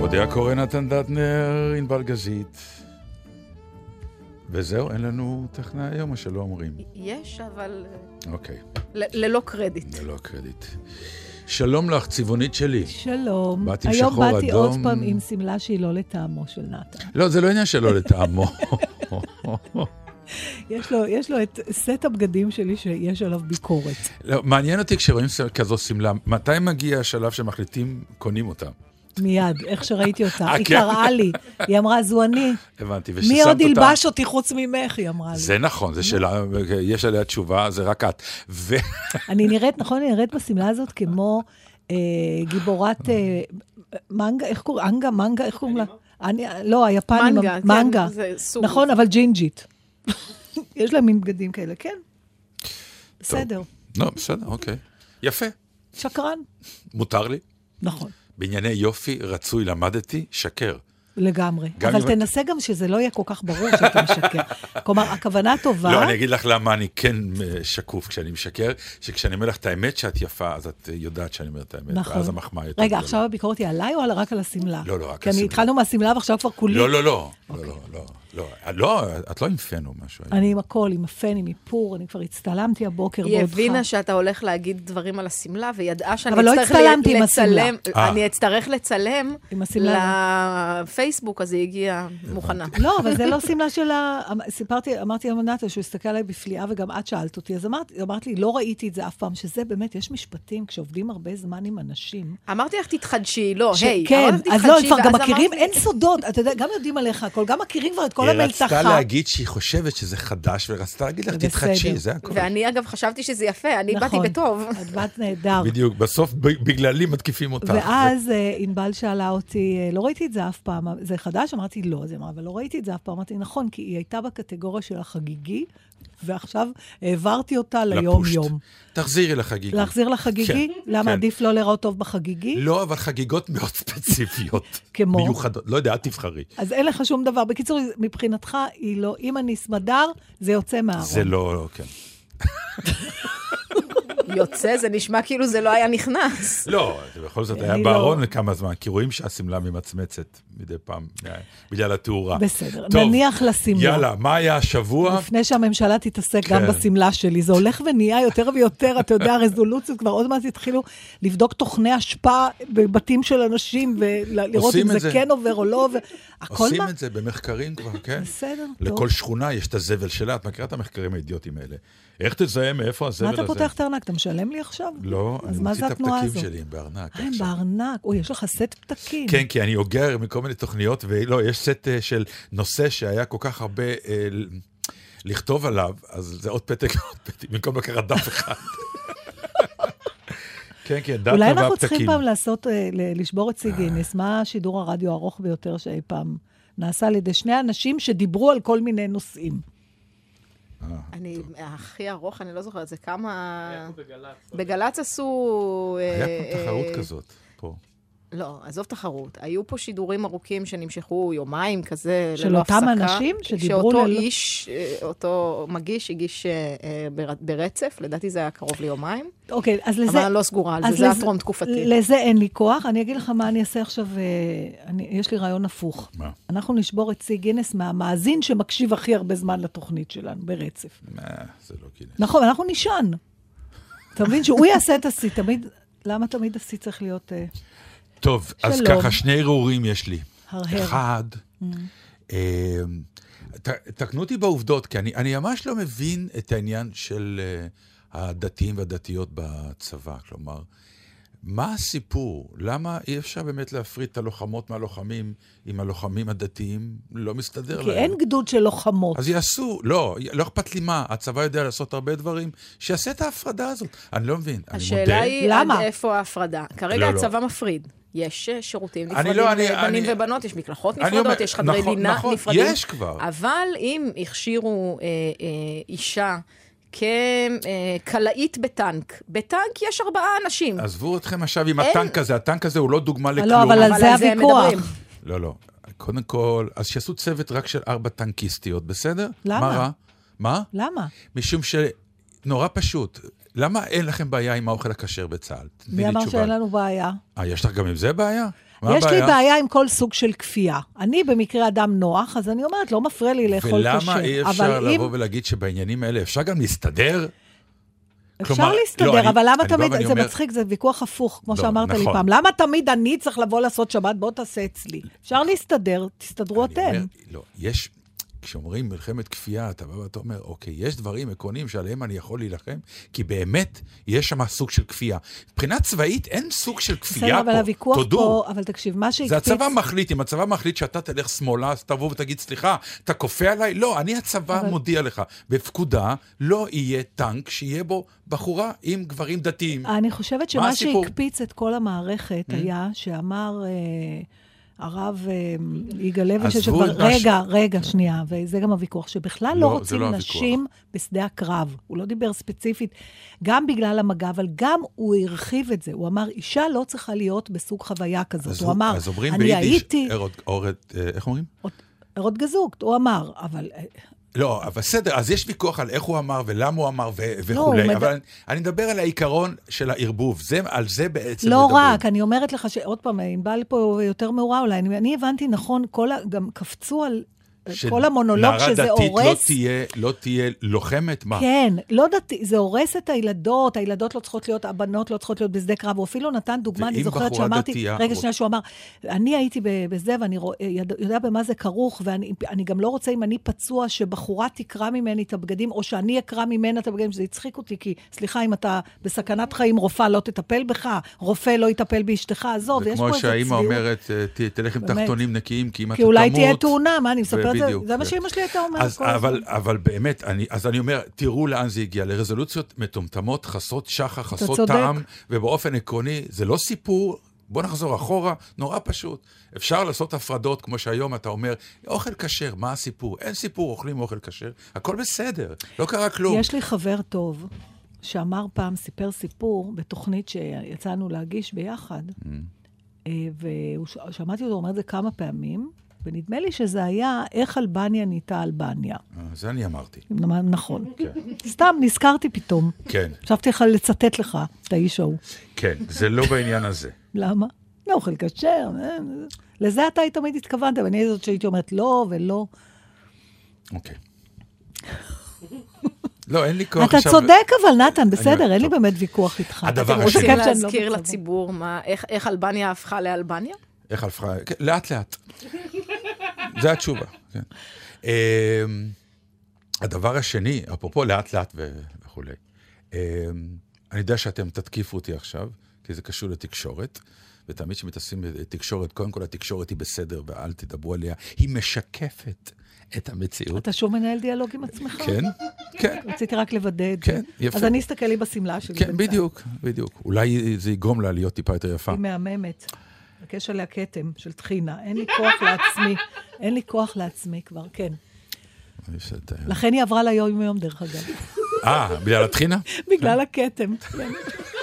אודיה קורא, נתן דטנר, ענבל גזית. וזהו, אין לנו טכנה היום, מה שלא אומרים. יש, אבל... אוקיי. ללא קרדיט. ללא קרדיט. שלום לך, צבעונית שלי. שלום. באתי עם שחור אדום. היום באתי עוד פעם עם סמלה שהיא לא לטעמו של נתן. לא, זה לא עניין שלא לטעמו. יש לו את סט הבגדים שלי שיש עליו ביקורת. לא, מעניין אותי כשרואים כזו סמלה. מתי מגיע השלב שמחליטים, קונים אותם? מיד, איך שראיתי אותה. היא קראה לי, היא אמרה, זו אני. הבנתי, מי עוד ילבש אותי חוץ ממך, היא אמרה לי. זה נכון, זה שאלה, יש עליה תשובה, זה רק את. אני נראית, נכון, אני נראית בסמלה הזאת כמו גיבורת מנגה, איך קוראים? מנגה, איך קוראים לה? לא, היפנים, מנגה. נכון, אבל ג'ינג'ית. יש לה מין בגדים כאלה, כן. בסדר. לא, בסדר, אוקיי. יפה. שקרן. מותר לי. נכון. בענייני יופי רצוי למדתי, שקר. לגמרי. אבל תנסה גם שזה לא יהיה כל כך ברור שאתה משקר. כלומר, הכוונה טובה... לא, אני אגיד לך למה אני כן שקוף כשאני משקר, שכשאני אומר לך את האמת שאת יפה, אז את יודעת שאני אומר את האמת. נכון. ואז המחמאה יותר. רגע, עכשיו הביקורת היא עליי או רק על הסמלה? לא, רק על הסמלה. כי אני התחלנו מהסמלה ועכשיו כבר כולי. לא, את לא עם פן או משהו. אני עם הכל, עם הפן, עם איפור, אני כבר הצטלמתי הבוקר היא הבינה שאתה הולך להגיד דברים על הסמלה, וידעה שאני אצטרך לצלם לפייסבוק, אז היא הגיעה מוכנה. לא, אבל זה לא סמלה שלה, אמרתי למנתה שהוא הסתכל עליי בפליאה, וגם את שאלת אותי, אז אמרת לי, לא ראיתי את זה אף פעם, שזה באמת, יש משפטים, כשעובדים הרבה זמן עם אנשים. אמרתי לך, תתחדשי, לא, היי. כן, אז לא, כבר גם מכירים, אין סודות, אתה יודע, גם יודעים עליך הכל, גם מכירים כבר את כל המלתחה. היא רצתה להגיד שהיא חושבת שזה חדש, ורצתה להגיד לך, תתחדשי, זה הכל. ואני אגב חשבתי שזה יפה, אני באתי בטוב. את באת נהדר. בדיוק, בסוף בגללי מתקיפים אותך. ואז ענבל שאלה אותי, לא ראיתי את זה אף פעם, זה חדש? אמרתי, לא, זה אמרה, אבל לא ראיתי את זה אף פעם. אמרתי, נכון, כי היא הייתה בקטגוריה של החגיגי, ועכשיו העברתי אותה ליום-יום. תחזירי לחגיגי. להחזיר לחגיגי? למה עדיף לא לראות טוב בחגיגי? לא, אבל חגיגות מאוד ספציפיות. כמו? מיוחדות. לא יודע, את תבחרי. אז אין לך שום דבר. בקיצור, מבחינתך, היא לא, אם אני סמדר, זה יוצא מהארון. זה לא, כן. יוצא, זה נשמע כאילו זה לא היה נכנס. לא, בכל זאת היה בארון לכמה זמן, כי רואים שהסמלה ממצמצת מדי פעם, בגלל התאורה. בסדר, נניח לסמלה. יאללה, מה היה השבוע? לפני שהממשלה תתעסק גם בסמלה שלי, זה הולך ונהיה יותר ויותר, אתה יודע, הרזולוציות כבר עוד מעט התחילו לבדוק תוכני השפעה בבתים של אנשים, ולראות אם זה כן עובר או לא עובר. עושים את זה במחקרים כבר, כן? בסדר, טוב. לכל שכונה יש את הזבל שלה, את מכירה את המחקרים האידיוטיים האלה. איך תזהה מאיפה הזבל הזה? מה אתה פותח את הארנק? אתה משלם לי עכשיו? לא, אני מוציא את הפתקים שלי בארנק. הם בארנק. אוי, יש לך סט פתקים. כן, כי אני אוגר מכל מיני תוכניות, ולא, יש סט של נושא שהיה כל כך הרבה לכתוב עליו, אז זה עוד פתק, במקום לקחת דף אחד. כן, כן, דאטה והפתקים. אולי אנחנו צריכים פעם לעשות, לשבור את סיגינס, מה השידור הרדיו הארוך ביותר שאי פעם נעשה על ידי שני אנשים שדיברו על כל מיני נושאים. אני, הכי ארוך, אני לא זוכרת, זה כמה... בגלץ עשו... היה פה תחרות כזאת, פה. לא, עזוב תחרות. היו פה שידורים ארוכים שנמשכו יומיים כזה, של אותם אנשים שדיברו... שאותו איש, אותו מגיש, הגיש ברצף, לדעתי זה היה קרוב ליומיים. אוקיי, אז לזה... אבל אני לא סגורה על זה, זה הטרום תקופתי. לזה אין לי כוח. אני אגיד לך מה אני אעשה עכשיו, יש לי רעיון הפוך. מה? אנחנו נשבור את גינס מהמאזין שמקשיב הכי הרבה זמן לתוכנית שלנו, ברצף. זה לא גינס. נכון, אנחנו נשען. אתה מבין שהוא יעשה את השיא, תמיד... למה תמיד השיא צריך להיות... טוב, אז ככה, שני ערעורים יש לי. הרהר. אחד, תקנו אותי בעובדות, כי אני ממש לא מבין את העניין של הדתיים והדתיות בצבא. כלומר, מה הסיפור? למה אי אפשר באמת להפריד את הלוחמות מהלוחמים, אם הלוחמים הדתיים לא מסתדר להם? כי אין גדוד של לוחמות. אז יעשו, לא אכפת לי מה, הצבא יודע לעשות הרבה דברים, שיעשה את ההפרדה הזאת. אני לא מבין, אני מודה. השאלה היא עד איפה ההפרדה. כרגע הצבא מפריד. יש שירותים נפרדים לבנים ובנות, יש מקלחות נפרדות, יש חדרי לינה נפרדים. יש כבר. אבל אם הכשירו אישה כקלאית בטנק, בטנק יש 4 אנשים. עזבו אתכם עכשיו עם הטנק הזה, הטנק הזה הוא לא דוגמה לכלום. לא, אבל על זה הוויכוח. לא. קודם כל, אז שיעשו צוות רק של 4 טנקיסטיות, בסדר? למה? מה? למה? משום שנורא פשוט. למה אין לכם בעיה עם האוכל הכשר בצה"ל? מי אמר שאין לנו בעיה? יש לך גם עם זה בעיה? יש לי בעיה עם כל סוג של כפייה. אני במקרה אדם נוח, אז אני אומרת, לא מפריע לי לאכול קשה. ולמה אי אפשר לבוא ולהגיד שבעניינים האלה אפשר גם להסתדר? אפשר להסתדר, אבל למה תמיד, זה מצחיק, זה ויכוח הפוך, כמו שאמרת לי פעם. למה תמיד אני צריך לבוא לעשות שבת, בוא תעשה אצלי. אפשר להסתדר, תסתדרו אתם. לא, יש... כשאומרים מלחמת כפייה, אתה בא ואתה אומר, אוקיי, יש דברים עקרוניים שעליהם אני יכול להילחם, כי באמת יש שם סוג של כפייה. מבחינה צבאית אין סוג של כפייה פה, תודו. אבל תקשיב, מה שהקפיץ... זה הצבא מחליט, אם הצבא מחליט שאתה תלך שמאלה, אז תבוא ותגיד, סליחה, אתה כופה עליי? לא, אני הצבא מודיע לך. בפקודה לא יהיה טנק שיהיה בו בחורה עם גברים דתיים. אני חושבת שמה שהקפיץ את כל המערכת היה שאמר... הרב יגאל לוינשטיין שכבר... רגע, שנייה, וזה גם הוויכוח, שבכלל לא רוצים נשים בשדה הקרב. הוא לא דיבר ספציפית, גם בגלל המגע, אבל גם הוא הרחיב את זה. הוא אמר, אישה לא צריכה להיות בסוג חוויה כזאת. הוא אמר, אני הייתי... איך אומרים? ארות גזוקת, הוא אמר, אבל... לא, אבל בסדר, אז יש ויכוח על איך הוא אמר ולמה הוא אמר וכולי, אבל אני מדבר על העיקרון של הערבוב, על זה בעצם מדברים. לא רק, אני אומרת לך שעוד פעם, אם בא לי פה יותר מאורע אולי, אני הבנתי נכון, גם קפצו על כל המונולוג שזה הורס. לא תהיה לוחמת, מה? כן, לא דתי, זה הורס את הילדות, הילדות לא צריכות להיות, הבנות לא צריכות להיות בשדה קרב, הוא אפילו נתן דוגמה, אני זוכרת שאמרתי, רגע שנייה שהוא אמר, אני הייתי בזה ואני יודע במה זה כרוך, ואני גם לא רוצה אם אני פצוע שבחורה תקרא ממני את הבגדים, או שאני אקרא ממנה את הבגדים, שזה יצחיק אותי, כי סליחה, אם אתה בסכנת חיים, רופאה לא תטפל בך, רופא לא יטפל באשתך, עזוב, יש פה איזה צביעות. וכמו שהאימא אומרת, תלך עם תחתונים נקיים, כי אם אתה כי אולי תהיה תאונה, מה אני מספרת? זה מה שאמא שלי הייתה אומרת. אבל באמת, אז אני אומר, תראו לאן זה הגיע, לרזולוציות מטומטמות, חסרות שחר, חסרות טעם, ובאופן עקרוני, זה לא סיפור, בוא נחזור אחורה, נורא פשוט. אפשר לעשות הפרדות, כמו שהיום אתה אומר, אוכל כשר, מה הסיפור? אין סיפור, אוכלים אוכל כשר, הכל בסדר, לא קרה כלום. יש לי חבר טוב, שאמר פעם, סיפר סיפור, בתוכנית שיצאנו להגיש ביחד, ושמעתי אותו, אומר את זה כמה פעמים, ונדמה לי שזה היה איך אלבניה נהייתה אלבניה. זה אני אמרתי. נכון. סתם, נזכרתי פתאום. כן. חשבתי לך לצטט לך את האיש ההוא. כן, זה לא בעניין הזה. למה? לא, אוכל כשר. לזה אתה תמיד התכוונת, ואני זאת שהייתי אומרת לא ולא. אוקיי. לא, אין לי כוח עכשיו... אתה צודק אבל, נתן, בסדר, אין לי באמת ויכוח איתך. אתם רוצים להזכיר לציבור איך אלבניה הפכה לאלבניה? איך הפכה? לאט לאט. זה התשובה. הדבר השני, אפרופו לאט לאט וכו', אני יודע שאתם תתקיפו אותי עכשיו, כי זה קשור לתקשורת, ותמיד שמתעסקים בתקשורת, קודם כל התקשורת היא בסדר, ואל תדברו עליה, היא משקפת את המציאות. אתה שוב מנהל דיאלוג עם עצמך? כן, כן. רציתי רק לוודא את זה. כן, יפה. אז אני אסתכל לי בסמלה שלי. כן, בדיוק, בדיוק. אולי זה יגרום לה להיות טיפה יותר יפה. היא מהממת. בקש עליה כתם של תחינה. אין לי כוח לעצמי כבר, כן. לכן היא עברה ליום דרך אגב. בגלל התחינה? בגלל הכתם, כן.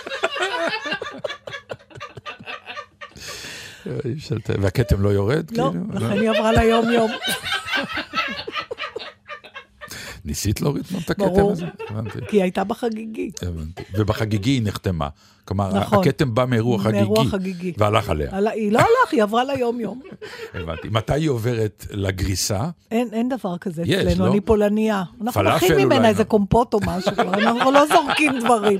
והכתם לא יורד? לא, לכן היא עברה ליום. ניסית להוריד את הכתם הזה? כי היא הייתה בחגיגי. ובחגיגי היא נחתמה. כלומר, הכתם בא מאירוע חגיגי. והלך עליה. היא לא הלך, היא עברה ליום. הבנתי. מתי היא עוברת לגריסה? אין דבר כזה אצלנו, אני פולניה. אנחנו מכין ממנה איזה קומפוט או משהו, אנחנו לא זורקים דברים.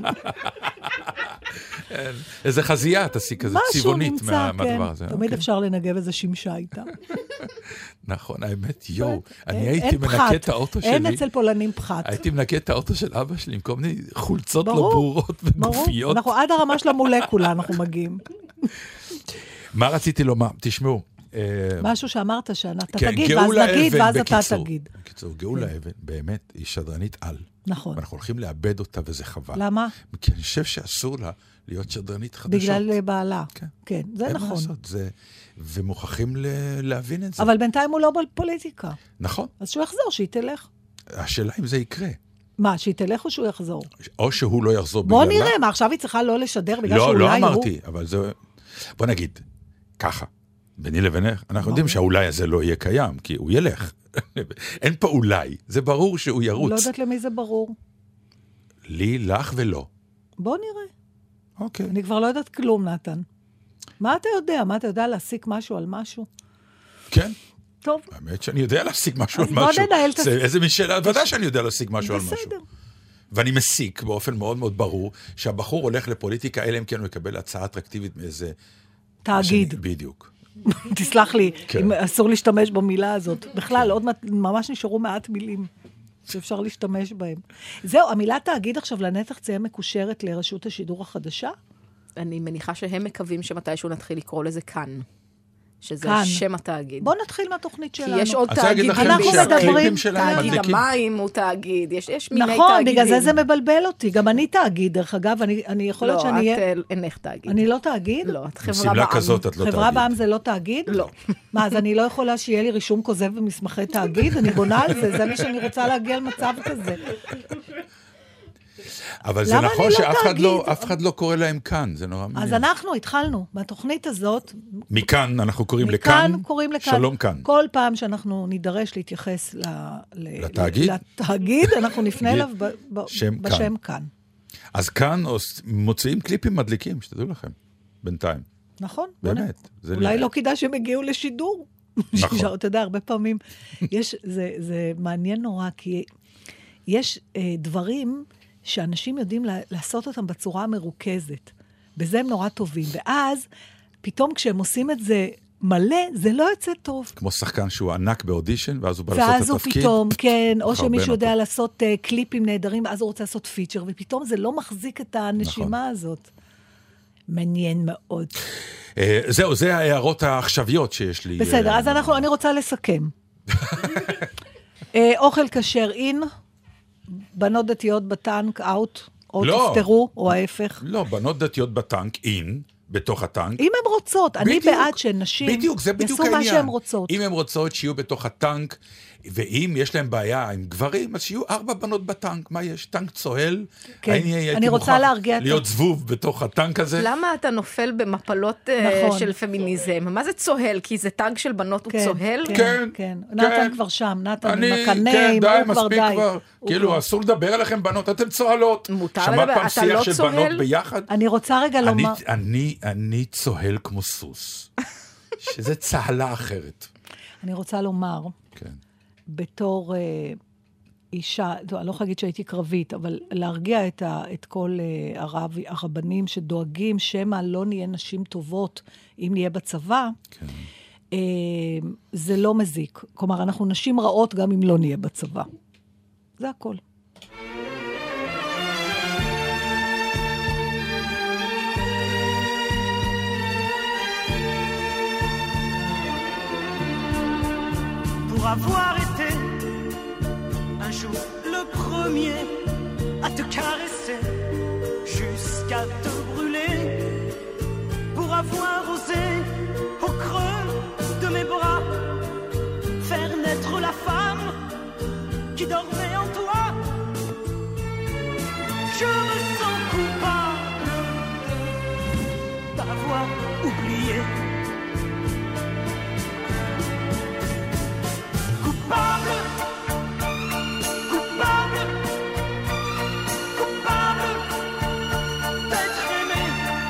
איזה חזייה תעשי כזה, צבעונית מהדבר הזה. תמיד אפשר לנגב איזה שמשה איתה. נכון, האמת, אני הייתי מנקה את האוטו שלי. אין אצל פולנים פחת. הייתי מנקה את האוטו של אבא שלי עם כל מיני חולצות לא ברורות וגופיות. אנחנו עד הרמה של המולקולה אנחנו מגיעים. מה רציתי לומר? תשמעו. משהו שאמרת שאתה תגיד, ואז נגיד, ואז אתה תגיד. בקיצור, גאולה אבן, באמת, היא שדרנית על. נכון. ואנחנו הולכים לאבד אותה, וזה חבל. למה? כי אני חושב שאסור לה להיות שדרנית חדשות. בגלל בעלה. כן, זה נכון. לעשות זה, ומוכרחים להבין את זה. אבל בינתיים הוא לא בפוליטיקה. נכון. אז שהוא יחזור, שהיא תלך. השאלה אם זה יקרה. מה, שהיא תלך או שהוא יחזור? או שהוא לא יחזור בגללה. בוא נראה, מה, עכשיו היא צריכה לא לשדר בגלל שאולי הוא... לא אמרתי, אבל זה... בוא נגיד, ככה, ביני לבינך, אנחנו יודעים שהאולי הזה לא יהיה קיים, כי הוא ילך. אין פה אולי, זה ברור שהוא ירוץ. לא יודעת למי זה ברור. לי, לך ולא. בוא נראה. אוקיי. אני כבר לא יודעת כלום, נתן. מה אתה יודע? מה אתה יודע להסיק משהו על משהו? כן. טוב. האמת שאני יודע להסיק משהו על משהו. איזה מין שאלה, ודאי שאני יודע להסיק משהו על משהו. בסדר. ואני מסיק באופן מאוד מאוד ברור, שהבחור הולך לפוליטיקה, אלא אם כן הוא יקבל הצעה אטרקטיבית מאיזה... תאגיד. בדיוק. תסלח לי, אסור להשתמש במילה הזאת. בכלל, עוד ממש נשארו מעט מילים שאפשר להשתמש בהם. זהו, המילה תאגיד עכשיו לנצח תהיה מקושרת לרשות השידור החדשה? אני מניחה שהם מקווים שמתישהו נתחיל לקרוא לזה כאן. שזה שם התאגיד. בוא נתחיל מהתוכנית שלנו. כי יש עוד תאגיד. אנחנו מדברים, תאגיד המים הוא תאגיד, יש מיני תאגידים. נכון, בגלל זה מבלבל אותי. גם אני תאגיד, דרך אגב, אני יכולת שאני אהיה... לא, את אינך תאגיד. אני לא תאגיד? לא, את חברה בעם. כזאת את לא תאגיד. חברה בעם זה לא תאגיד? לא. מה, אז אני לא יכולה שיהיה לי רישום כוזב במסמכי תאגיד? אני בונה על זה, זה מה שאני רוצה להגיע למצב כזה. אבל זה נכון שאף אחד לא קורא להם כאן, זה נורא מעניין. אז אנחנו התחלנו בתוכנית הזאת. מכאן אנחנו קוראים לכאן, שלום כאן. כל פעם שאנחנו נידרש להתייחס לתאגיד, אנחנו נפנה אליו בשם כאן. אז כאן מוציאים קליפים מדליקים, שתדעו לכם, בינתיים. נכון. באמת. אולי לא כדאי שהם הגיעו לשידור. נכון. אתה יודע, הרבה פעמים, זה מעניין נורא, כי יש דברים שאנשים יודעים לעשות אותם בצורה המרוכזת. בזה הם נורא טובים. ואז, פתאום כשהם עושים את זה מלא, זה לא יוצא טוב. כמו שחקן שהוא ענק באודישן, ואז הוא בא לעשות את התפקיד. ואז הוא פתאום, כן, או שמישהו יודע לעשות קליפים נהדרים, ואז הוא רוצה לעשות פיצ'ר, ופתאום זה לא מחזיק את הנשימה הזאת. מעניין מאוד. זהו, זה ההערות העכשוויות שיש לי. בסדר, אז אני רוצה לסכם. אוכל כשר אין, בנות דתיות בטנק, אאוט, או תפטרו, או ההפך. לא, בנות דתיות בטנק, אין, בתוך הטנק. אם הן רוצות, אני בעד שנשים יעשו מה שהן רוצות. אם הן רוצות שיהיו בתוך הטנק, ואם יש להם בעיה עם גברים, אז שיהיו 4 בנות בטנק. מה יש? טנק צוהל? כן, אני רוצה להרגיע. להיות זבוב בתוך הטנק הזה. למה אתה נופל במפלות של פמיניזם? מה זה צוהל? כי זה טנק של בנות הוא צוהל? כן, כן. נתן כבר שם, נתן עם הקנה, כן, די, מספיק כבר. כאילו, אסור לדבר עליכם בנות, אתם צוהלות. מותר לדבר, אתה לא צוהל? שמעת פעם שיח של בנות ביחד? אני רוצה רגע לומר... אני צוהל כמו סוס. שזה צהלה אחרת. אני רוצה לומר... כן. בתור אישה, אני לא יכולה להגיד שהייתי קרבית, אבל להרגיע את כל הרבנים שדואגים שמה לא נהיה נשים טובות אם נהיה בצבא, כן. זה לא מזיק. כלומר, אנחנו נשים רעות גם אם לא נהיה בצבא. זה הכל. Pour avoir été un jour le premier à te caresser jusqu'à te brûler, pour avoir osé au creux de mes bras faire naître la femme qui dormait en toi, je me sens coupable d'avoir oublié. Coupable, coupable, coupable d'être aimé.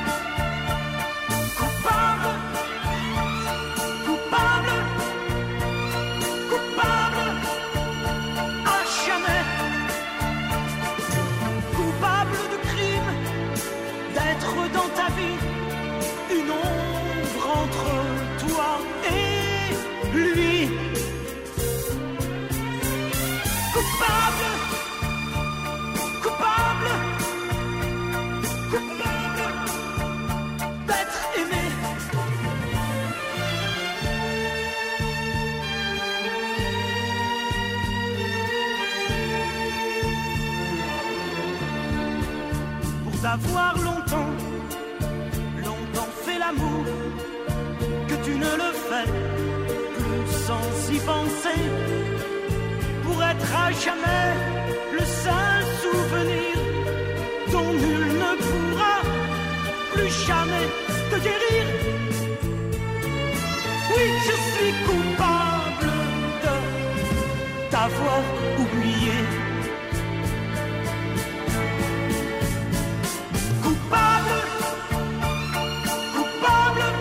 Coupable, coupable, coupable à jamais. Coupable de crime, d'être dans ta vie une ombre entre toi et lui. Coupable, coupable, coupable d'être aimé. Pour t'avoir longtemps fait l'amour, que tu ne le fais plus sans y penser. Pour être à jamais le seul souvenir dont nul ne pourra plus jamais te guérir. Oui, je suis coupable de t'avoir oublié. Coupable, coupable,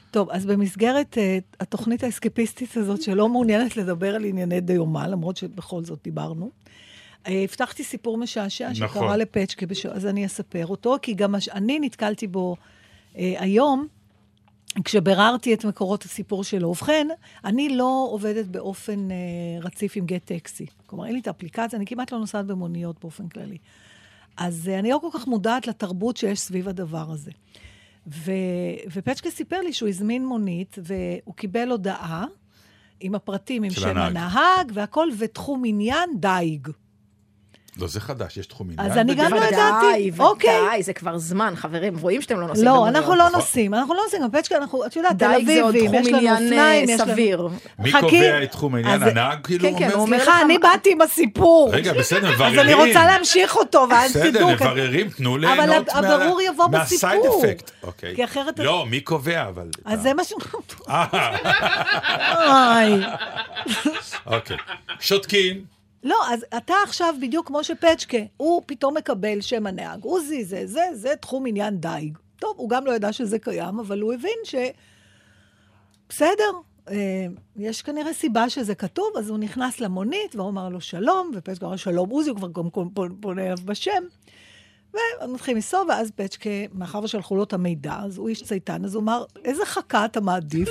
טוב, אז במסגרת התוכנית האסקפיסטית הזאת, שלא מעוניינת לדבר על ענייני דיומה, למרות שבכל זאת דיברנו, הבטחתי סיפור משעשע שקרה לפצ'קה, אז אני אספר אותו, כי גם אני נתקלתי בו היום, כשבררתי את מקורות הסיפור שלו. ובכן, אני לא עובדת באופן רציף עם גט טקסי. כלומר, אין לי את האפליקציה, אני כמעט לא נוסעת במוניות באופן כללי. אז אני לא כל כך מודעת לתרבות שיש סביב הדבר הזה. ופצ'קה סיפר לי שהוא הזמין מונית, והוא קיבל הודעה עם הפרטים, עם שם הנהג, והכל, ותחום עניין דייג. לא, זה חדש, יש תחום עניין. אז אני גם לא ידעתי. ודאי, זה כבר זמן, חברים, רואים שאתם לא נוסעים במוניות. לא, אנחנו לא נוסעים, הפצ'קה, את יודעת, תל אביבים, יש לנו אופניים, יש סביר. מי קובע את תחום העניין? הנהג כאילו אומר? סליחה, אני באתי עם הסיפור. רגע, בסדר, מבררים. אז אני רוצה להמשיך אותו, ואז תדעו. בסדר, מבררים, תנו ליהנות הברור יבוא מהסייד בסיפור. אפקט. לא, מי קובע, אבל... אז זה מה ש... אוקיי. שותקים. לא, אז אתה עכשיו בדיוק כמו שפצ'קה, הוא פתאום מקבל שם הנהג. עוזי, זה תחום עניין דייג. טוב, הוא גם לא ידע שזה קיים, אבל הוא הבין בסדר, יש כנראה סיבה שזה כתוב, אז הוא נכנס למונית, והוא אמר לו שלום, ופצ'קה אמר שלום עוזי, הוא כבר גם פונה אליו בשם, והם מתחילים לנסוע, ואז פצ'קה, מאחר ושלחו לו את המידע, אז הוא איש צייתן, אז הוא אמר, איזה חכה אתה מעדיף?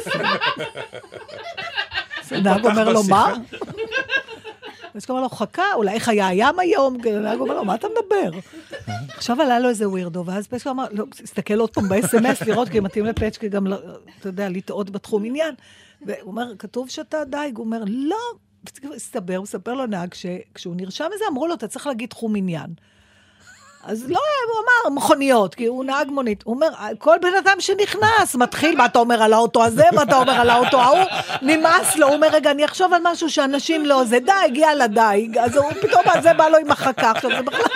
הנהג אומר לו, מה? פצ'קה אומר לו, חכה, אולי איך היה הים היום? הנהג אומר לו, מה אתה מדבר? עכשיו עלה לו איזה ווירדו, ואז פצ'קה אמר, לא, תסתכל עוד פעם ב-SMS, לראות, כי מתאים לפצ'קה גם, אתה יודע, לטעות בתחום עניין. והוא אומר, כתוב שאתה דייג, הוא אומר, לא, הוא ספר לו נהג, כשהוא נרשם לזה, אמרו לו, אתה צריך להגיד תחום עניין. אז לא, הוא אמר, מכוניות, כי הוא נהג מונית. הוא אומר, כל בן אדם שנכנס, מתחיל, מה אתה אומר על האוטו הזה, מה אתה אומר על האוטו ההוא, נמאס לו, הוא אומר, רגע, אני אחשוב על משהו שאנשים לא, זה דייג, יאללה דייג, אז הוא פתאום, זה בא לו עם החכה, עכשיו זה בכלל...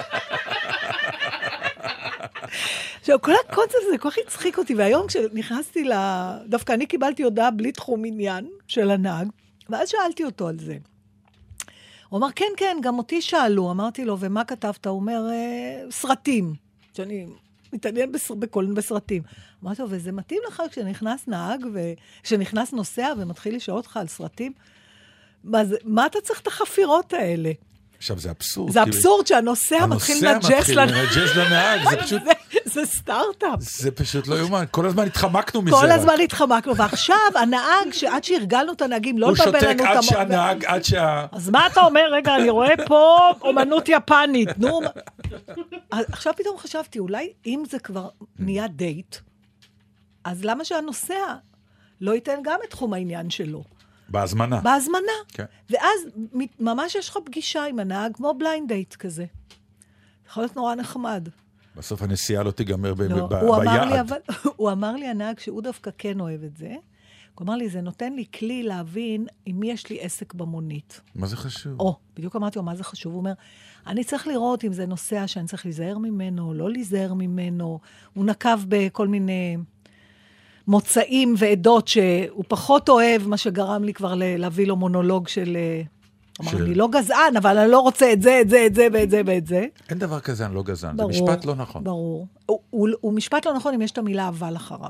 עכשיו, כל הקונצפט הזה כל כך הצחיק אותי, והיום כשנכנסתי דווקא אני קיבלתי הודעה בלי תחום עניין של הנהג, ואז שאלתי אותו על זה. הוא אמר, כן, כן, גם אותי שאלו. אמרתי לו, ומה כתבת? הוא אומר, סרטים. שאני מתעניין בסרטים. אמרתי לו, וזה מתאים לך כשנכנס נהג, כשנכנס נוסע ומתחיל לשאול אותך על סרטים? מה אתה צריך את החפירות האלה? עכשיו, זה אבסורד. זה אבסורד שהנוסע מתחיל לנג'ס לנהג. זה פשוט... זה סטארט-אפ. זה פשוט לא יומן. כל הזמן התחמקנו מזה. כל הזמן התחמקנו. ועכשיו, הנהג, שעד שהרגלנו את הנהגים, לא לבלבל לנו את הוא שותק עד שהנהג, עד אז מה אתה אומר? רגע, אני רואה פה אומנות יפנית. נו. עכשיו פתאום חשבתי, אולי אם זה כבר נהיה דייט, אז למה שהנוסע לא ייתן גם את תחום העניין שלו? בהזמנה. בהזמנה. כן. ואז ממש יש לך פגישה עם הנהג, כמו בליינד דייט כזה. יכול להיות נורא נחמד. בסוף הנסיעה לא תיגמר ביעד. הוא אמר לי, הנהג, שהוא דווקא כן אוהב את זה, הוא אמר לי, זה נותן לי כלי להבין עם מי יש לי עסק במונית. מה זה חשוב? בדיוק אמרתי לו, מה זה חשוב? הוא אומר, אני צריך לראות אם זה נוסע שאני צריך להיזהר ממנו, לא להיזהר ממנו. הוא נקב בכל מיני... מוצאים ועדות שהוא פחות אוהב, מה שגרם לי כבר להביא לו מונולוג של... אמר, אני לא גזען, אבל אני לא רוצה את זה, את זה, את זה, ואת זה, ואת זה. אין דבר כזה, אני לא גזען. זה משפט לא נכון. ברור. הוא משפט לא נכון אם יש את המילה אבל אחריו.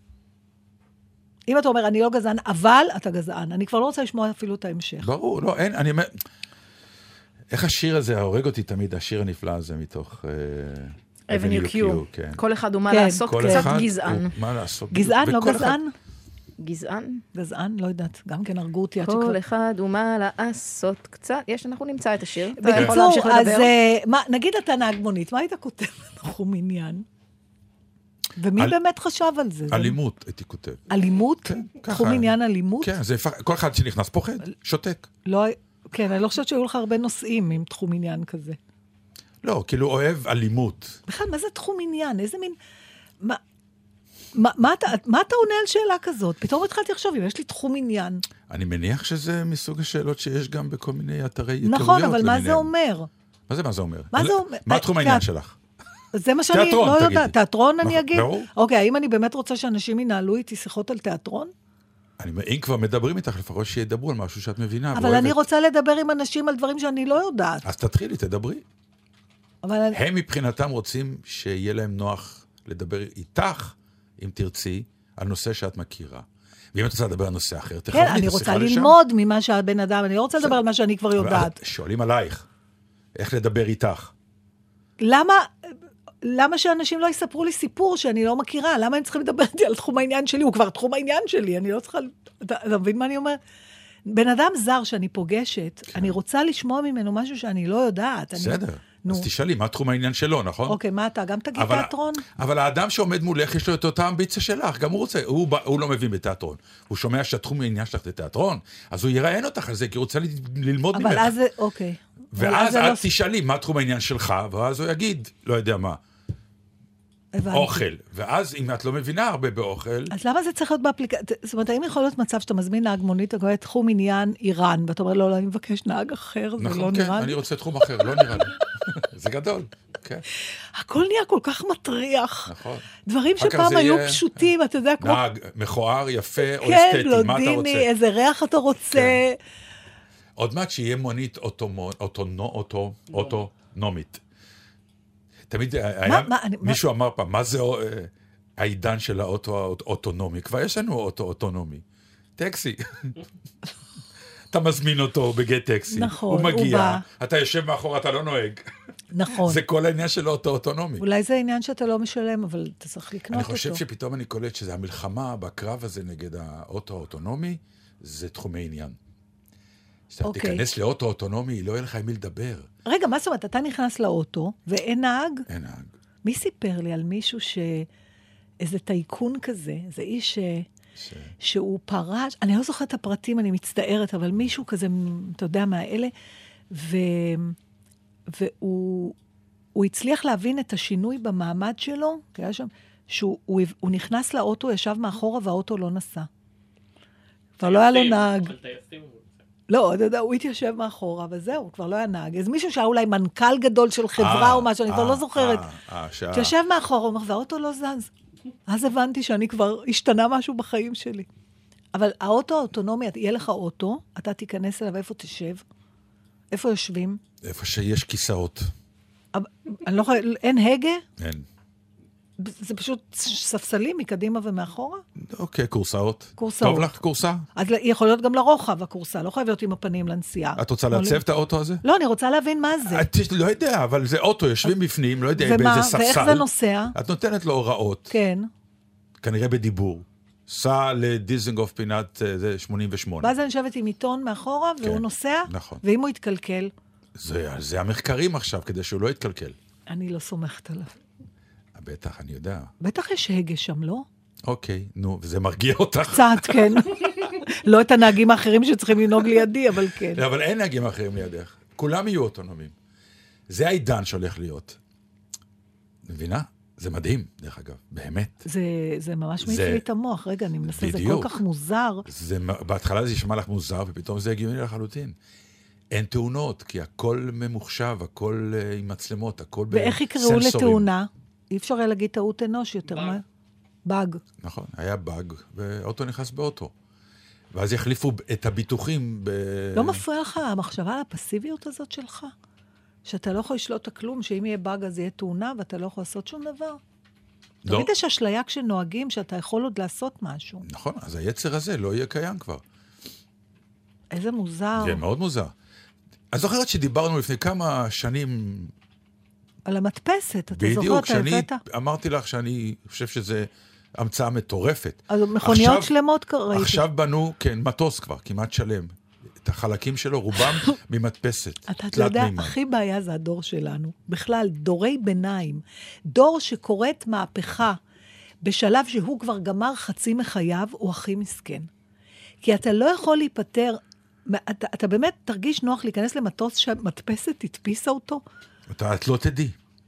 אם אתה אומר, אני לא גזען, אבל אתה גזען. אני כבר לא רוצה לשמוע אפילו את ההמשך. ברור, לא, אין, אני אומר... איך השיר הזה, הורג אותי תמיד, השיר הנפלא הזה מתוך... Avenue Q. כל אחד הוא מה לעשות, קצת גזען. גזען, לא גזען? גזען? גזען, לא יודעת. גם כן הרגו אותי. כל אחד הוא מה לעשות, קצת. אנחנו נמצא את השיר. בקיצור, אז נגיד אתה נהג מונית, מה היית כותב בתחום עניין? ומי באמת חשב על זה? אלימות, הייתי כותב. אלימות? תחום עניין אלימות? כן, כל אחד שנכנס פוחד, שותק. כן, אני לא חושבת שהיו לך הרבה נושאים עם תחום עניין כזה. לא, כאילו אוהב אלימות. בכלל, מה זה תחום עניין? איזה מין... מה אתה עונה על שאלה כזאת? פתאום התחלתי לחשוב, אם יש לי תחום עניין. אני מניח שזה מסוג השאלות שיש גם בכל מיני אתרי התקרויות. נכון, אבל מה זה אומר? מה זה אומר? מה זה אומר? מה תחום העניין שלך? זה מה שאני לא יודעת. תיאטרון אני אגיד? אוקיי, האם אני באמת רוצה שאנשים ינהלו איתי שיחות על תיאטרון? אם כבר מדברים איתך, לפחות שידברו על משהו שאת מבינה. אבל אני רוצה לדבר עם אנשים על דברים שאני לא יודעת. אז תתחילי, תדברי. הם מבחינתם רוצים שיהיה להם נוח לדבר איתך, אם תרצי, על נושא שאת מכירה. ואם את רוצה לדבר על נושא אחר, כן, אני רוצה ללמוד ממה שהבן אדם, אני לא רוצה לדבר על מה שאני כבר יודעת. שואלים עלייך, איך לדבר איתך? למה שאנשים לא יספרו לי סיפור שאני לא מכירה? למה הם צריכים לדבר איתי על תחום העניין שלי? הוא כבר תחום העניין שלי, אני לא צריכה... אתה מבין מה אני אומר? בן אדם זר שאני פוגשת, אני רוצה לשמוע ממנו משהו שאני לא יודעת. בסדר. אז תשאלי, מה תחום העניין שלו, נכון? אוקיי, מה אתה? גם תגיד תיאטרון? אבל האדם שעומד מולך, יש לו את אותה אמביציה שלך, גם הוא רוצה, הוא לא מבין בתיאטרון. הוא שומע שהתחום העניין שלך זה תיאטרון, אז הוא יראיין אותך על זה, כי הוא רוצה ללמוד ממך. אבל אז, אוקיי. ואז את תשאלי, מה תחום העניין שלך, ואז הוא יגיד, לא יודע מה. אוכל. ואז אם את לא מבינה הרבה באוכל... אז למה זה צריך להיות באפליקציה? זאת אומרת, האם יכול להיות מצב שאתה מזמין נהג מונית, אתה קורא תחום עניין איראן, ואתה אומר, לא, אני מבקש נהג אחר, זה לא נראה לי. נכון, כן, אני רוצה תחום אחר, לא נראה לי. זה גדול, כן. הכל נהיה כל כך מטריח. נכון. דברים שפעם היו פשוטים, אתה יודע, כמו... נהג, מכוער, יפה, או אסתטי, מה אתה רוצה? כן, לודיני, איזה ריח אתה רוצה. עוד מעט שיהיה מונית אוטונומית. תמיד מישהו אמר פעם, מה זה העידן של האוטו האוטונומי? כבר יש לנו אוטו אוטונומי. טקסי. אתה מזמין אותו בגט טקסי. נכון, הוא מגיע, אתה יושב מאחור, אתה לא נוהג. נכון. זה כל העניין של אוטו אוטונומי. אולי זה העניין שאתה לא משלם, אבל אתה צריך לקנות אותו. אני חושב שפתאום אני קולט שזה המלחמה בקרב הזה נגד האוטו האוטונומי, זה תחומי עניין. כשאתה תיכנס לאוטו אוטונומי, לא יהיה לך עם מי לדבר. רגע, מה זאת אומרת? אתה נכנס לאוטו, ואין נהג? אין נהג. מי סיפר לי על מישהו איזה טייקון כזה, זה איש שהוא פרש, אני לא זוכרת את הפרטים, אני מצטערת, אבל מישהו כזה, אתה יודע, מהאלה, והוא הצליח להבין את השינוי במעמד שלו, כי היה שם, שהוא נכנס לאוטו, ישב מאחורה, והאוטו לא נסע. כבר לא היה לו נהג. לא, אתה יודע, הוא התיישב מאחורה, וזהו, כבר לא היה נהג. אז מישהו שהיה אולי מנכ"ל גדול של חברה או משהו, אני כבר לא זוכרת. תיישב מאחורה, הוא אומר, והאוטו לא זז. אז הבנתי שאני כבר השתנה משהו בחיים שלי. אבל האוטו האוטונומי, יהיה לך אוטו, אתה תיכנס אליו, איפה תשב? איפה יושבים? איפה שיש כיסאות. אני לא יכולה, אין הגה? אין. זה פשוט ספסלים מקדימה ומאחורה? אוקיי, קורסאות. קורסאות. טוב לך קורסה? אז יכול להיות גם לרוחב הקורסה, לא חייב להיות עם הפנים לנסיעה. את רוצה לעצב את האוטו הזה? לא, אני רוצה להבין מה זה. לא יודע, אבל זה אוטו, יושבים בפנים, לא יודע, באיזה ספסל. ואיך זה נוסע? את נותנת לו הוראות. כן. כנראה בדיבור. סע לדיזנגוף פינת 88. ואז אני יושבת עם עיתון מאחורה, והוא נוסע, נכון. ואם הוא יתקלקל? זה המחקרים עכשיו, כדי שהוא לא יתקלקל. אני לא סומכת עליו. בטח, אני יודע. בטח יש הגה שם, לא? אוקיי, נו, וזה מרגיע אותך. קצת, כן. לא את הנהגים האחרים שצריכים לנהוג לידי, אבל כן. אבל אין נהגים אחרים לידך. כולם יהיו אוטונומיים. זה העידן שהולך להיות. מבינה? זה מדהים, דרך אגב, באמת. זה ממש מעיף לי את המוח. רגע, אני מנסה, זה כל כך מוזר. בהתחלה זה ישמע לך מוזר, ופתאום זה הגיוני לחלוטין. אין תאונות, כי הכל ממוחשב, הכל עם מצלמות, הכל בסנסורים. ואיך יקראו לתאונה? אי אפשר היה להגיד טעות אנוש יותר. באג. נכון, היה באג, ואוטו נכנס באוטו. ואז יחליפו את הביטוחים לא מפריע לך המחשבה על הפסיביות הזאת שלך? שאתה לא יכול לשלוט הכלום, שאם יהיה באג אז יהיה תאונה, ואתה לא יכול לעשות שום דבר? לא. תמיד יש אשליה כשנוהגים, שאתה יכול עוד לעשות משהו. נכון, אז היצר הזה לא יהיה קיים כבר. איזה מוזר. זה מאוד מוזר. אז זוכרת שדיברנו לפני כמה שנים... על המדפסת, אתה זוכרת? בדיוק, שאני אמרתי לך שאני חושב שזה המצאה מטורפת. אז מכוניות שלמות ראיתי. עכשיו בנו, כן, מטוס כבר, כמעט שלם. את החלקים שלו, רובם ממדפסת. אתה יודע, הכי בעיה זה הדור שלנו. בכלל, דורי ביניים. דור שקוראת מהפכה בשלב שהוא כבר גמר חצי מחייו, הוא הכי מסכן. כי אתה לא יכול להיפטר, אתה באמת תרגיש נוח להיכנס למטוס שהמדפסת תדפיסה אותו? את לא תדעי.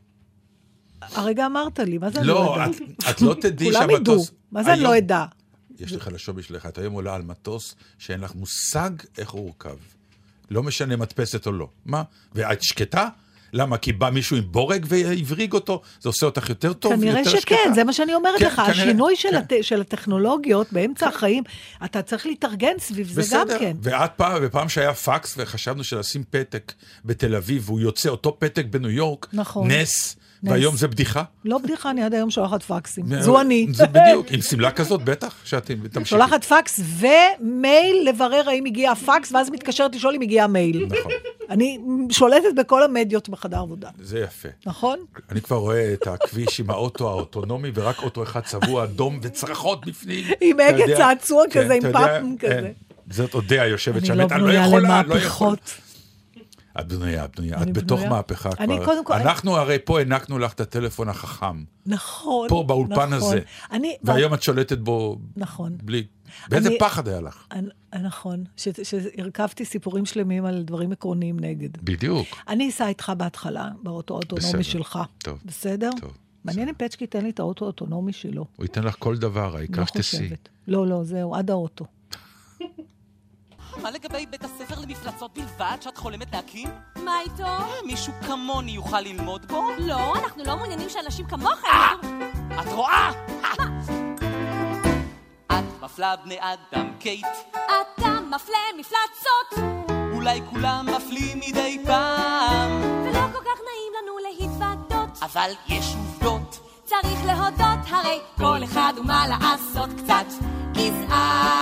הרגע אמרת לי, מה זה אני לא יודע? את לא תדעי שהמטוס... כולם ידעו, מה זה אני לא אדע? יש לך לשאול בשבילך, את היום עולה על מטוס שאין לך מושג איך הוא הורכב. לא משנה מדפסת או לא. מה? ואת שקטה? למה? כי בא מישהו עם בורג והבריג אותו? זה עושה אותך יותר טוב, יותר שקטה? כנראה שכן, זה מה שאני אומרת לך. השינוי של הטכנולוגיות באמצע החיים, אתה צריך להתארגן סביב זה גם כן. ופעם שהיה פקס וחשבנו שלשים פתק בתל אביב, והוא יוצא אותו פתק בניו יורק, נס, והיום זה בדיחה? לא בדיחה, אני עד היום שולחת פקסים. זו אני. זה בדיוק, עם סמלה כזאת בטח, שאתם תמשיכי. שולחת פקס ומייל לברר האם הגיע פקס, ואז מתקשרת לשאול אם הגיע מייל. נכון. אני שולטת בכל המדיות בחדר עבודה. זה יפה. נכון? אני כבר רואה את הכביש עם האוטו האוטונומי, ורק אוטו אחד צבוע, אדום וצרחות בפנים. עם הגה צעצוע כזה, עם פאפם כזה. זאת אודיה יושבת שם, אני לא בנויה למהפכות. את בנויה, את בתוך מהפכה כבר. אנחנו הרי פה הענקנו לך את הטלפון החכם. נכון. פה באולפן הזה. והיום את שולטת בו בלי... באיזה פחד היה לך? נכון, שהרכבתי סיפורים שלמים על דברים עקרוניים נגד. בדיוק. אני אסע איתך בהתחלה, באוטו האוטונומי שלך. טוב. בסדר? טוב. מעניין אם פצ'קי ייתן לי את האוטו האוטונומי שלו. הוא ייתן לך כל דבר, העיקר שתסי. לא, זהו, עד האוטו. מה לגבי בית הספר למפלצות בלבד שאת חולמת להקים? מה איתו? מישהו כמוני יוכל ללמוד בו? לא, אנחנו לא מעוניינים שאנשים כמוך... את רואה? את מפלה בני אדם, קייט. אתה מפלה מפלצות. אולי כולם מפלים מדי פעם. ולא כל כך נעים לנו להתוודות. אבל יש עובדות. צריך להודות, הרי כל אחד ומה לעשות קצת גזען.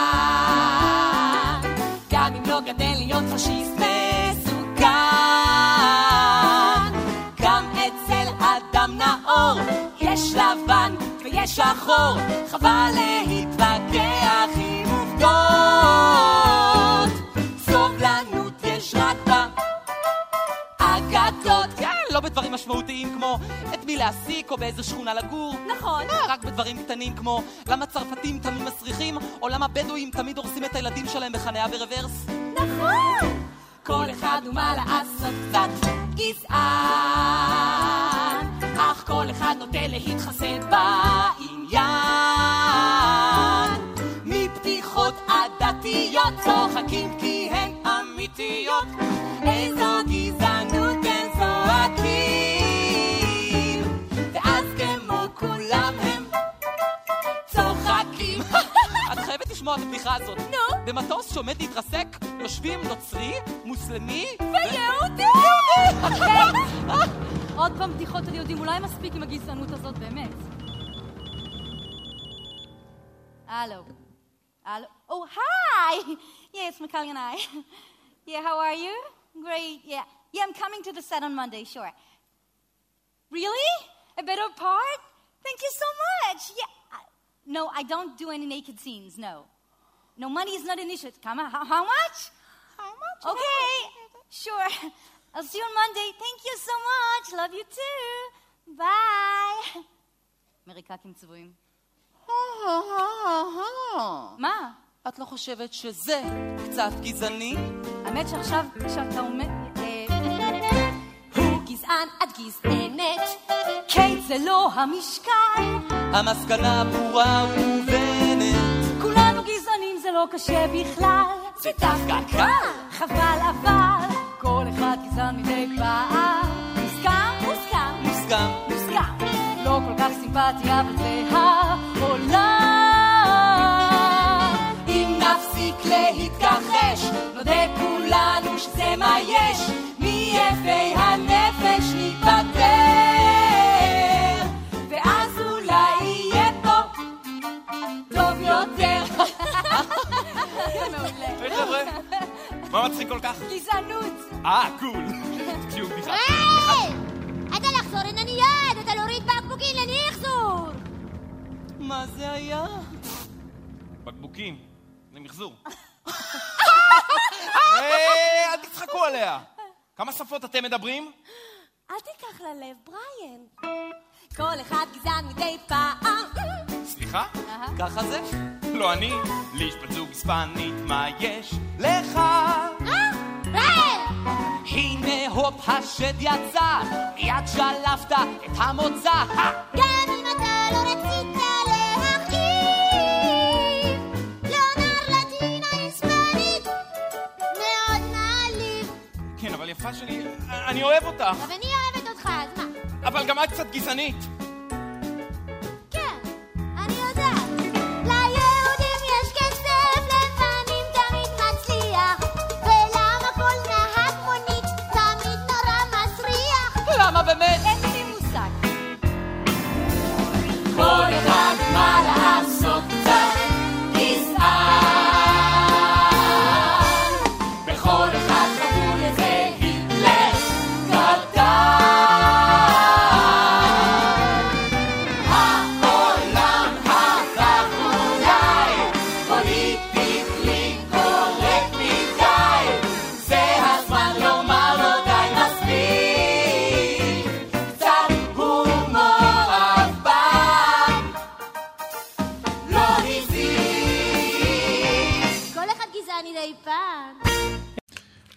גם אם לא גדל להיות פשיסט מסוכן. גם אצל אדם נאור יש לבן ויש שחור. חבל להתווכח עם עובדות. סובלנות יש רק באגדות. כן, לא בדברים משמעותיים כמו את מי להסיק או באיזו שכונה לגור. נכון. רק בדברים קטנים כמו למה צרפתים תמיד מסריחים או למה בדואים תמיד הורסים את הילדים שלהם בחניה ברוורס. נכון. כל אחד ומה לעשות קצת גזען. אך כל אחד נוטה להתחסד בעניין. מפתיחות עדתיות צוחקים כי הן אמיתיות. איזו גזענות הם זועקים. ואז כמו כולם הם צוחקים. את חייבת לשמוע את הבדיחה הזאת. נו? במטוס שעומד להתרסק יושבים נוצרי, מוסלמי ויהודי. עוד פעם בדיחות על יהודים, אולי מספיק עם הגזענות הזאת באמת. Hello. Oh, hi! Yeah, it's Macaulay and I. Yeah, how are you? Great, yeah. Yeah, I'm coming to the set on Monday, sure. Really? A better part? Thank you so much. Yeah. No, I don't do any naked scenes, no. No, money is not an issue. Come on, how much? How much? Okay, sure. I'll see you on Monday. Thank you so much. Love you too. Bye. מריקקים צבועים. מה? את לא חושבת שזה קצת גזעני? האמת שעכשיו כשאתה אומר... הוא גזען, את גזענת, קייט זה לא המשקל. המסקנה ברורה ומובנת. כולנו גזענים, זה לא קשה בכלל. זה דווקא קל. חבל אבל, כל אחד גזען מדי פעם. מוסכם? מוסכם. מוסכם. מוסכם. לא כל כך סימפטי, אבל זה העולם. אם נפסיק להתכחש, נודה כולנו שזה מה יש. מיפי הנפש נתפטר, ואז אולי יהיה פה טוב יותר. היי חבר'ה, מה מצחיק כל כך? גזענות. קול. תקשיבו בדיחה. היי! אתה לחזור ענניות, אתה להוריד בקבוקים לנחזור. מה זה היה? בקבוקים, למחזור. אל תצחקו עליה. כמה שפות אתם מדברים? אל תיקח ללב, בריין. כל אחד גזען מדי פעם. סליחה? ככה זה? לא אני. לי יש בת זוג היספנית, מה יש לך? הנה הופ השד יצא, מיד שלפת את המוצא. גם אם אתה לא רצית להכאיב, לא נרלטינה היספנית, מאוד נעליב. כן, אבל יפה שלי, אני אוהב אותך. אבל אני אוהבת אותך, אז מה? אבל גם את קצת גזענית. כן, אני יודעת. ליהודים יש כסף, לפעמים תמיד מצליח. ולמה כל נהג מונית תמיד נורא מסריח? למה באמת? אין לי מושג.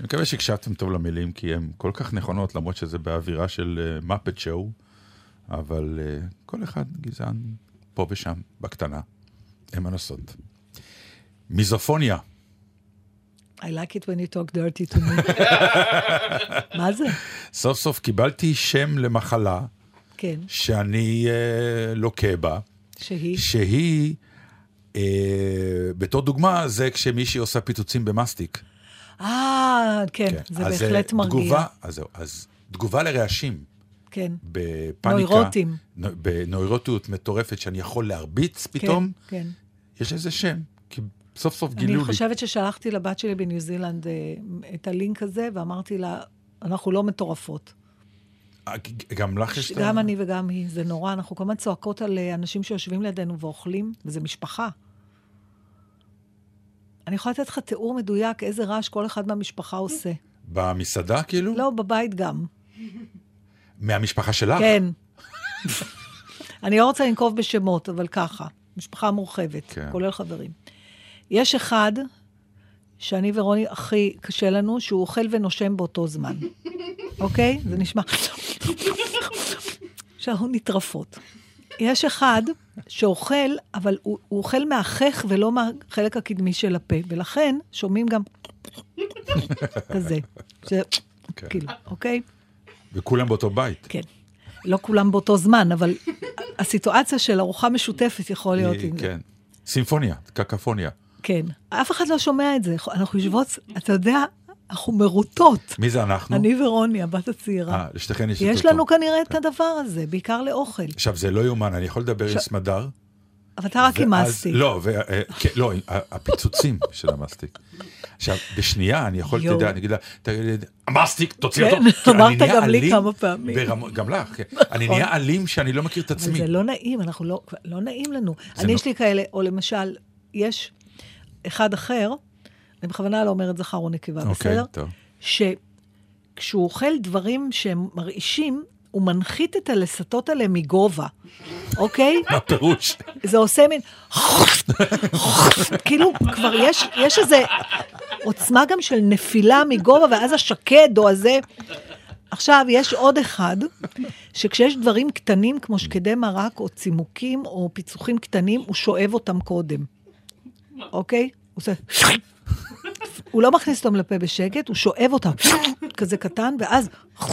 אני מקווה שהקשבתם טוב למילים, כי הן כל כך נכונות, למרות שזה באווירה של מפט שואו, אבל כל אחד גזען פה ושם, בקטנה. אין מה לעשות. מיזופוניה. I like it when you talk dirty to me. מה זה? סוף סוף קיבלתי שם למחלה, כן. שאני לוקה בה. שהיא, בתור דוגמה, זה כשמישהי עושה פיצוצים במסטיק. כן, זה בהחלט מרגיע. אז תגובה לרעשים. כן. בפניקה. נוירוטים. בנוירוטיות מטורפת שאני יכול להרביץ פתאום. כן. יש איזה שם, כי סוף סוף גילו לי. אני חושבת ששלחתי לבת שלי בניו זילנד את הלינק הזה, ואמרתי לה, אנחנו לא מטורפות. גם לך יש... גם אני וגם היא, זה נורא. אנחנו כל הזמן צועקות על אנשים שיושבים לידינו ואוכלים, וזה משפחה. אני יכולה לתת לך תיאור מדויק איזה רעש כל אחד מהמשפחה עושה. במסעדה כאילו? לא, בבית גם. מהמשפחה שלך? כן. אני לא רוצה לנקוב בשמות, אבל ככה. משפחה מורחבת, כן. כולל חברים. יש אחד שאני ורוני הכי קשה לנו, שהוא אוכל ונושם באותו זמן. אוקיי? זה נשמע... שאנחנו נטרפות. יש אחד שאוכל, אבל הוא אוכל מהחך ולא מהחלק הקדמי של הפה, ולכן שומעים גם כזה. כאילו, אוקיי? וכולם באותו בית. כן. לא כולם באותו זמן, אבל הסיטואציה של ארוחה משותפת יכול להיות עם זה. כן. סימפוניה, קקפוניה. כן. אף אחד לא שומע את זה. אנחנו יושבות, אתה יודע, אנחנו מרוטות. מי זה אנחנו? אני ורוני, הבת הצעירה. לשתכן יש לנו כנראה את הדבר הזה, בעיקר לאוכל. עכשיו, זה לא יומן, אני יכול לדבר עם סמדר. אבל אתה רק עם מסטיק. לא, הפיצוצים של המסטיק. עכשיו, בשנייה אני יכול, תדע, אני אגיד לה, המסטיק, תוציא אותו. כן, אמרת גם לי כמה פעמים. גם לך, אני נהיה אלים שאני לא מכיר את עצמי. אבל זה לא נעים, אנחנו לא נעים לנו. אני יש לי כאלה, או למשל, יש אחד אחר, אני בכוונה לא אומרת זכר או נקבה, בסדר? שכשהוא אוכל דברים שהם מרעישים, הוא מנחית את הלסתות עליהם מגובה, אוקיי? מה פירוש? זה עושה מין... כאילו, כבר יש איזה עוצמה גם של נפילה מגובה, ואז השקד או הזה... עכשיו, יש עוד אחד, שכשיש דברים קטנים, כמו שקדי מרק, או צימוקים, או פיצוחים קטנים, הוא שואב אותם קודם. אוקיי? הוא עושה... הוא לא מכניס אותם לפה בשקט, הוא שואב אותם כזה קטן, ואז...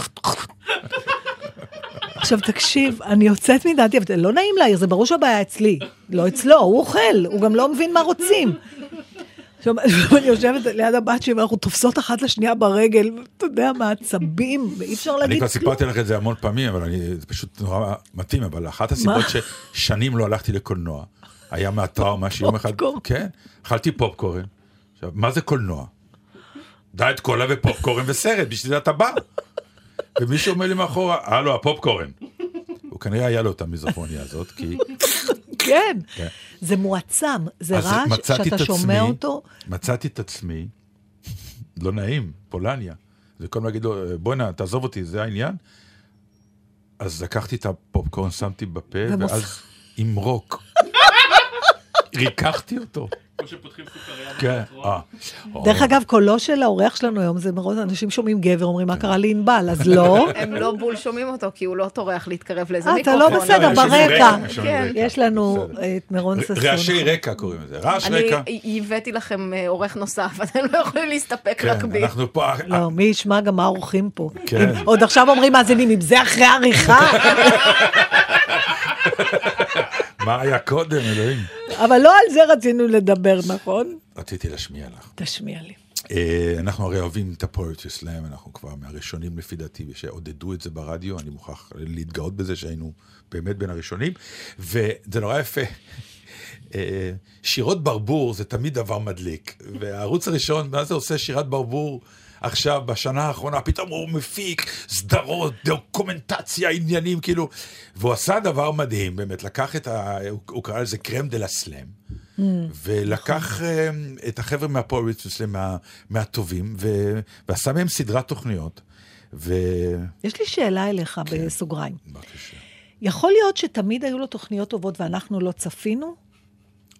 עכשיו תקשיב, אני יוצאת מדעתי, אבל לא נעים להעיר, זה ברור שהבעיה אצלי. לא אצלו, הוא אוכל, הוא גם לא מבין מה רוצים. עכשיו, אני יושבת ליד הבת שלי, ואנחנו תופסות אחת לשנייה ברגל, אתה יודע, מעצבים, ואי אפשר להגיד... אני כבר סיפרתי לך את זה המון פעמים, אבל זה פשוט נורא מתאים, אבל אחת הסיבות ששנים לא הלכתי לקולנוע, היה מהטראומה שיום אחד... כן, אכלתי פופקורן. עכשיו, מה זה קולנוע? דיאט קולה ופופקורן וסרט, בשביל זה אתה בא. ומישהו אומר לי מאחורה, הלו, הפופקורן. הוא כנראה היה לו את המיזופוניה הזאת, כי... כן, זה מועצם, זה רעש שאתה שומע אותו. מצאתי את עצמי, לא נעים, פולניה. זה כל מה להגיד לו, בואי נה, תעזוב אותי, זה העניין. אז לקחתי את הפופקורן, שמתי בפה, ואז עם רוק. ריקחתי אותו. כמו שפותחים סוכריה. כן. דרך אגב, קולו של האורח שלנו היום, זה מאוד, אנשים שומעים גבר, אומרים, מה קרה לי ענבל, אז לא. הם לא בול שומעים אותו, כי הוא לא טורח להתקרב לאיזה מיקרופון. אתה לא בסדר, ברקע. יש לנו את מירון ססון. רעשי רקע קוראים לזה, רעש רקע. אני הבאתי לכם עורך נוסף, אתם לא יכולים להסתפק רק בי. אנחנו פה... לא, מי ישמע גם מה עורכים פה. עוד עכשיו אומרים מאזינים, אם זה אחרי עריכה. מה היה קודם, אלוהים? אבל לא על זה רצינו לדבר, נכון? רציתי להשמיע לך. תשמיע לי. אנחנו הרי אוהבים את הפואטרי סלאם, אנחנו כבר מהראשונים לפי דעתי, ושעודדו את זה ברדיו, אני מוכרח להתגאות בזה שהיינו באמת בין הראשונים, וזה נורא יפה. שירות ברבור זה תמיד דבר מדליק, והערוץ הראשון, מה זה עושה שירת ברבור? עכשיו, בשנה האחרונה, פתאום הוא מפיק סדרות, דוקומנטציה, עניינים, כאילו, והוא עשה דבר מדהים, באמת, לקח הוא קרא לזה קרם דה לסלאם, ולקח את החבר'ה מהפואטרי מהטובים, ועשה מהם סדרת תוכניות. יש לי שאלה אליך בסוגריים. בבקשה. יכול להיות שתמיד היו לו תוכניות טובות, ואנחנו לא צפינו?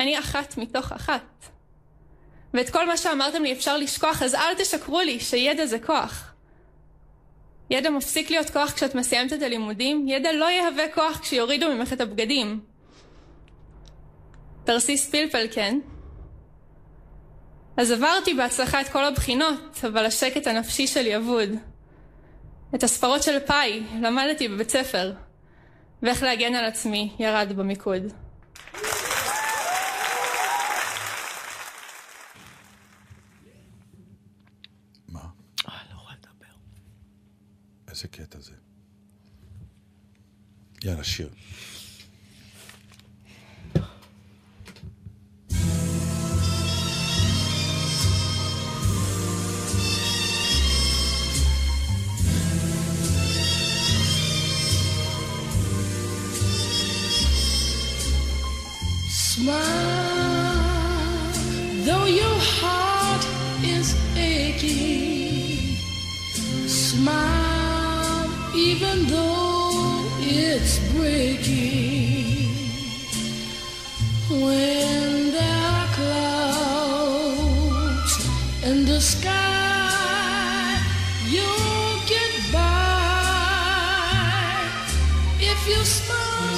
אני אחת מתוך אחת. ואת כל מה שאמרתם לי אפשר לשכוח, אז אל תשקרו לי שידע זה כוח. ידע מפסיק להיות כוח כשאת מסיימת את הלימודים, ידע לא יהווה כוח כשיורידו ממך את הבגדים. תרסיס פלפל, כן? אז עברתי בהצלחה את כל הבחינות, אבל השקט הנפשי שלי אבוד. את הספרות של פאי למדתי בבית ספר, ואיך להגן על עצמי ירד במיקוד. מה? לא יכולה לדבר. איזה קטע זה? יאללה, שיר. Smile, though your heart is aching. Smile, even though it's breaking. When there are clouds in the sky, you'll get by if you smile.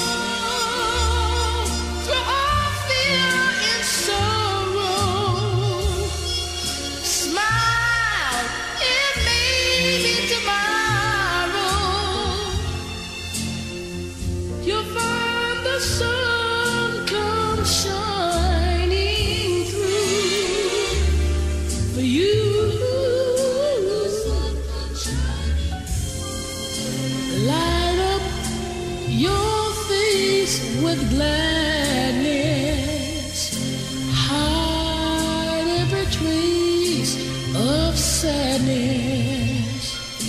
With gladness, hide every trace of sadness.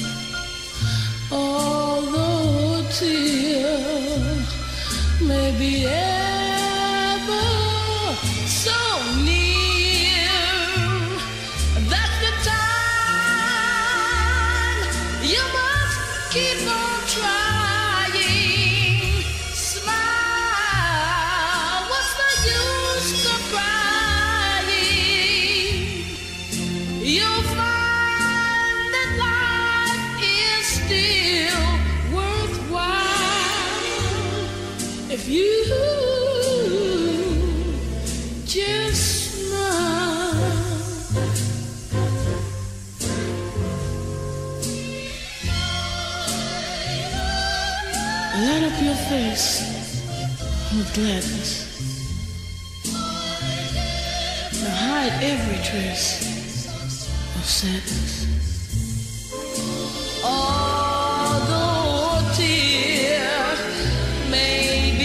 Although a tear may be ever so near, that's the time you must keep on trying. If you just smile, light up your face with gladness. Now hide every trace of sadness. Although a tear may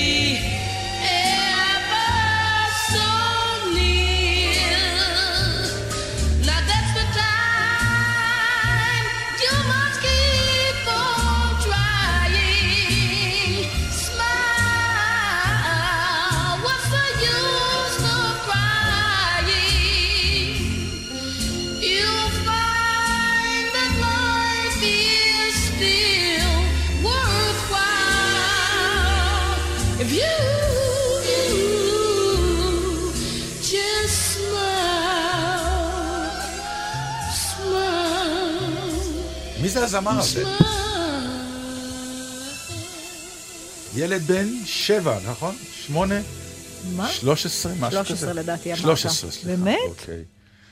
מי זה הזמר הזה? ילד בן 7, נכון? 8? מה? 13, משהו כזה? 13 לדעתי אמרת. 13, סליחה. באמת? אוקיי.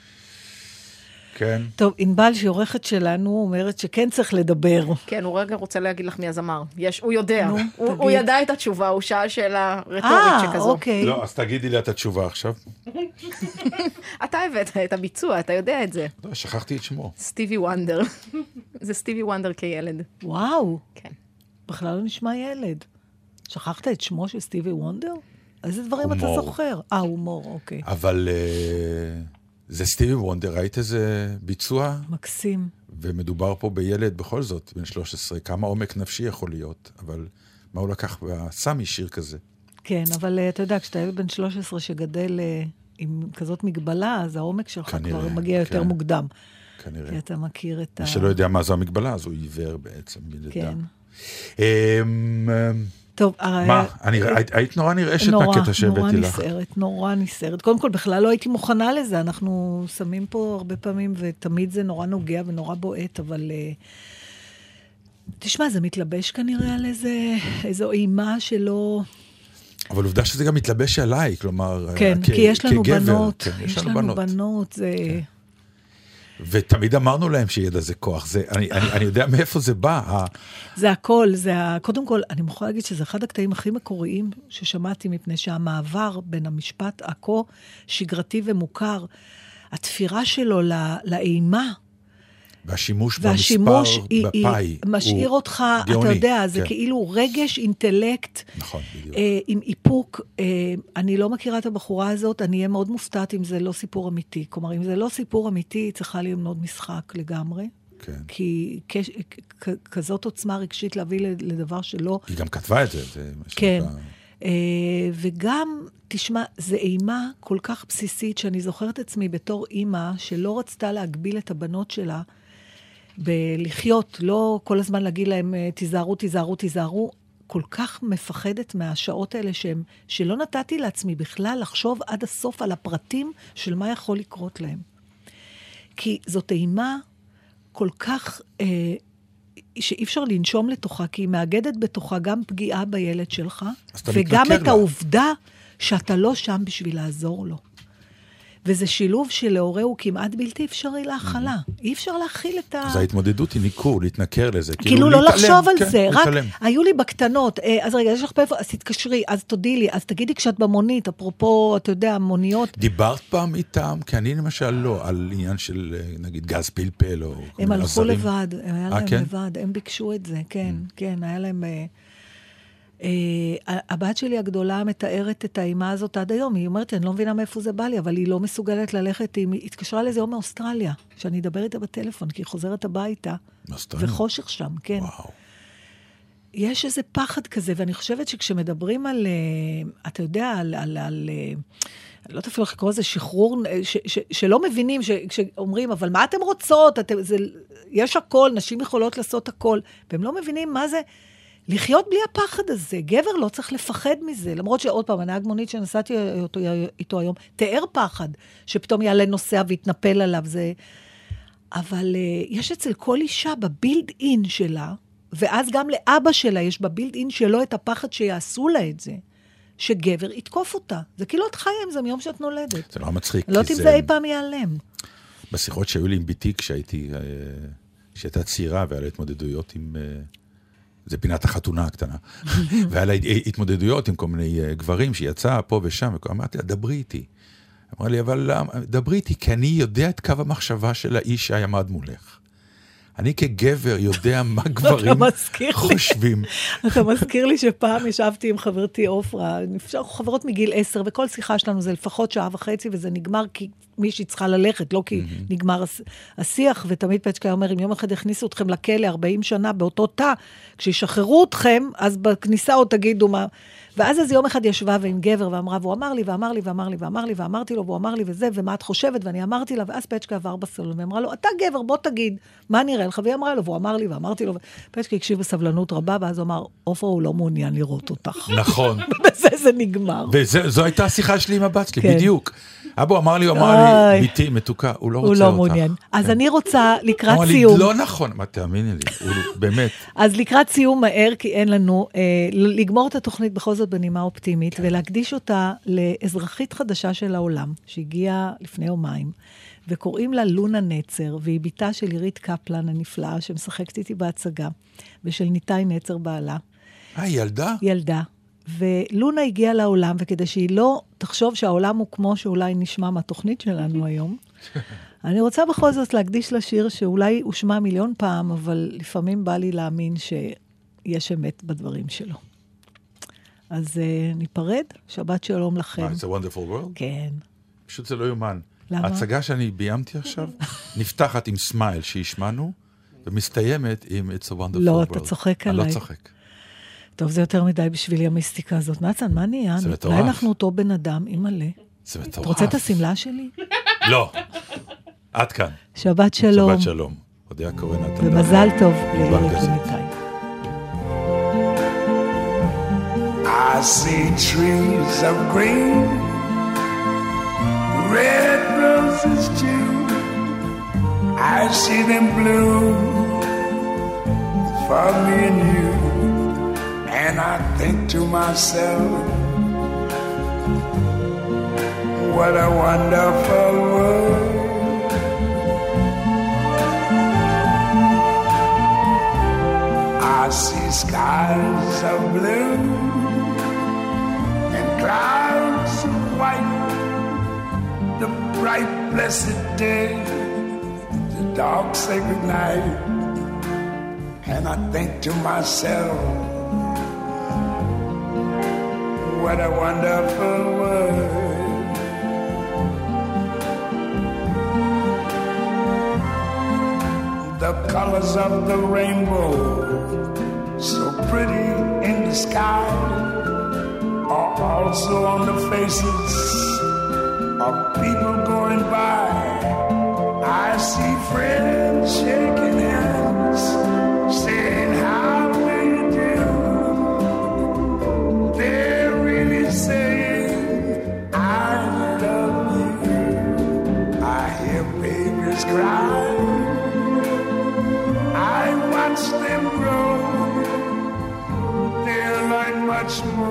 כן. טוב, ענבל שהיא עורכת שלנו אומרת שכן צריך לדבר. כן, הוא רגע רוצה להגיד לך מי הזמר. הוא יודע. הוא ידע את התשובה, הוא שאל שאלה רטורית שכזו. אוקיי. לא, אז תגידי לי את התשובה עכשיו. אתה הבאת את הביצוע, אתה יודע את זה. לא, שכחתי את שמו. סטיבי וונדר. זה סטיבי וונדר כילד. וואו. כן. בכלל לא נשמע ילד. שכחת את שמו של סטיבי וונדר? איזה דברים אתה זוכר? הומור, אוקיי. אבל זה סטיבי וונדר, ראית איזה ביצוע? מקסים. ומדובר פה בילד בכל זאת, בן 13, כמה עומק נפשי יכול להיות, אבל מה הוא לקח ועשה משיר כזה? כן, אבל אתה יודע, כשאתה ילד בן 13 שגדל עם כזאת מגבלה, אז העומק שלך כנראה, כבר מגיע יותר מוקדם. כנראה. כי אתה מכיר את מי שלא יודע מה זו המגבלה, אז הוא עיוור בעצם, מלידה. כן. טוב, מה? היית נורא נרעשת מהקטע שהבאתי לך. נורא נסערת. קודם כל, בכלל לא הייתי מוכנה לזה. אנחנו שמים פה הרבה פעמים, ותמיד זה נורא נוגע ונורא בועט, אבל... תשמע, זה מתלבש כנראה על איזו אימה שלא... אבל עובדה שזה גם מתלבש עליי, כלומר, כן, כי יש לנו בנות. יש לנו בנות, זה... ותמיד אמרנו להם שידע זה כוח. אני יודע מאיפה זה בא. זה הכל, קודם כל, אני מוכרחה להגיד שזה אחד הקטעים הכי מקוריים ששמעתי, מפני שהמעבר בין המשפט הכה שגרתי ומוכר, התפירה שלו לאימה, והשימוש במספר בפאי משאיר אותך, אתה יודע, זה כאילו רגש, אינטלקט, נכון, בדיוק. עם איפוק. אני לא מכירה את הבחורה הזאת, אני אהיה מאוד מופתעת אם זה לא סיפור אמיתי. כלומר, אם זה לא סיפור אמיתי, צריכה ללמוד משחק לגמרי. כן. כי כזאת עוצמה רגשית להביא לדבר שלא... היא גם כתבה את זה. כן. וגם, תשמע, זה אימה כל כך בסיסית, שאני זוכרת עצמי בתור אימא, שלא רצתה להגביל את הבנות שלה, בלחיות, לא כל הזמן להגיד להם, תיזהרו, תיזהרו, תיזהרו, כל כך מפחדת מהשעות האלה שלא נתתי לעצמי בכלל לחשוב עד הסוף על הפרטים של מה יכול לקרות להם. כי זאת אימה כל כך, שאי אפשר לנשום לתוכה, כי היא מאגדת בתוכה גם פגיעה בילד שלך, וגם את העובדה שאתה לא שם בשביל לעזור לו. וזה שילוב שלהורה הוא כמעט בלתי אפשרי להכלה. אי אפשר להכיל את ה... אז ההתמודדות היא ניכור, להתנכר לזה. כאילו לא לחשוב על זה, רק היו לי בקטנות, אז רגע, יש לך פה איפה, אז תתקשרי, אז תודי לי, אז תגידי כשאת במונית, אפרופו, אתה יודע, מוניות. דיברת פעם איתם? כי אני למשל לא, על עניין של, נגיד, גז פלפל או... הם הלכו לבד, היה להם לבד, הם ביקשו את זה, כן, כן, היה להם... הבת שלי הגדולה מתארת את האימה הזאת עד היום. היא אומרת, אני לא מבינה מאיפה זה בא לי, אבל היא לא מסוגלת ללכת. היא התקשרה לזה יום מאוסטרליה, שאני אדבר איתה בטלפון, כי היא חוזרת הביתה. מאוסטרליה? וחושך שם, כן. וואו. יש איזה פחד כזה, ואני חושבת שכשמדברים על, אתה יודע, על לא תפילו איך לקרוא לזה שחרור, שלא מבינים, שאומרים, אבל מה אתם רוצות? יש הכל, נשים יכולות לעשות הכל, והם לא מבינים מה זה... לחיות בלי הפחד הזה. גבר לא צריך לפחד מזה. למרות שעוד פעם, הנהג מונית שנסעתי איתו היום, תיאר פחד, שפתאום יעלה נוסע ויתנפל עליו. זה... אבל יש אצל כל אישה בבילד אין שלה, ואז גם לאבא שלה יש בבילד אין שלו את הפחד שיעשו לה את זה, שגבר יתקוף אותה. זה כאילו את חיה עם זה מיום שאת נולדת. זה לא מצחיק. לא תמצא אי פעם ייעלם. בשיחות שהיו לי עם ביתי כשהייתה צעירה, והיה לה התמודדויות עם... זה פינת החתונה הקטנה. והיה לה התמודדויות עם כל מיני גברים שיצא פה ושם, ואמרתי לה, דברי איתי. אמרה לי, אבל דברי איתי, כי אני יודע את קו המחשבה של האיש שעמד מולך. אני כגבר יודע מה גברים חושבים. אתה מזכיר לי שפעם ישבתי עם חברתי אופרה, חברות מגיל 10, וכל שיחה שלנו זה לפחות שעה וחצי, וזה נגמר כי מישהי צריכה ללכת, לא כי נגמר השיח, ותמיד פצ'קה אומר, אם יום אחד הכניסו אתכם לכלא 40 שנה באותו תא, כשישחררו אתכם, אז בכניסה עוד תגידו מה... ואז איזה יום אחד ישבה ועם גבר ואמרה, והוא אמר לי, ואמר לי, ואמר לי, ואמר לי, ואמרתי לו, והוא אמר לי וזה, ומה את חושבת, ואני אמרתי לה, ואז פצ'קה עבר בסלון, ואמרה לו, אתה גבר, בוא תגיד, מה נראה לך? והיא אמרה לו, והוא אמר לי, ואמרתי לו, פצ'קה הקשיב בסבלנות רבה, ואז הוא אמר, עופרה, הוא לא מעוניין לראות אותך. נכון. ובזה זה נגמר. וזו הייתה השיחה שלי עם הבת שלי, בדיוק. אבו אמר לי, ביתי, מתוקה, הוא לא רוצה אותך. הוא לא מעוניין. אז אני רוצה לקראת סיום. אמר לי, לא נכון, מה תאמיני לי, באמת. אז לקראת סיום מהר, כי אין לנו, לגמור את התוכנית בכל זאת בנימה אופטימית, ולהקדיש אותה לאזרחית חדשה של העולם, שהגיעה לפני יומיים, וקוראים לה לונה נצר, והיא ביתה של עירית קפלן הנפלאה, שמשחקת איתי בהצגה, ושל ניתאי נצר בעלה. ילדה? ילדה. ולונה הגיעה לעולם, וכדי שהיא לא תחשוב שהעולם הוא כמו שאולי נשמע מהתוכנית שלנו היום, אני רוצה בכל זאת להקדיש לשיר שאולי הוא שמע מיליון פעם, אבל לפעמים בא לי להאמין שיש אמת בדברים שלו. אז ניפרד, שבת שלום לכם. It's a wonderful world? כן. פשוט זה לא יומן. למה? ההצגה שאני ביימתי עכשיו, נפתחת עם סמייל שהשמענו, ומסתיימת עם It's a wonderful world. לא, אתה צוחק עליי. אני לא צוחק. טוב, זה יותר מדי בשבילי המיסטיקה הזאת. נצן, מה נהיה? זה מטורף. אולי אנחנו אותו בן אדם, אימא'לה. זה מטורף. אתה רוצה את הסמלה שלי? לא. עד כאן. שבת שלום. שבת שלום. הודיה קורן. ומזל טוב לעירית וניתאי. I see trees of green, red roses too. I see them bloom for me and you. And I think to myself, what a wonderful world. I see skies of blue and clouds of white, the bright blessed day, the dark sacred night. And I think to myself, what a wonderful world. The colors of the rainbow, so pretty in the sky, are also on the faces of people going by. I see friends shaking hands, saying how do you do. They're really saying I love you. I hear babies cry, I watch them grow. They'll learn much more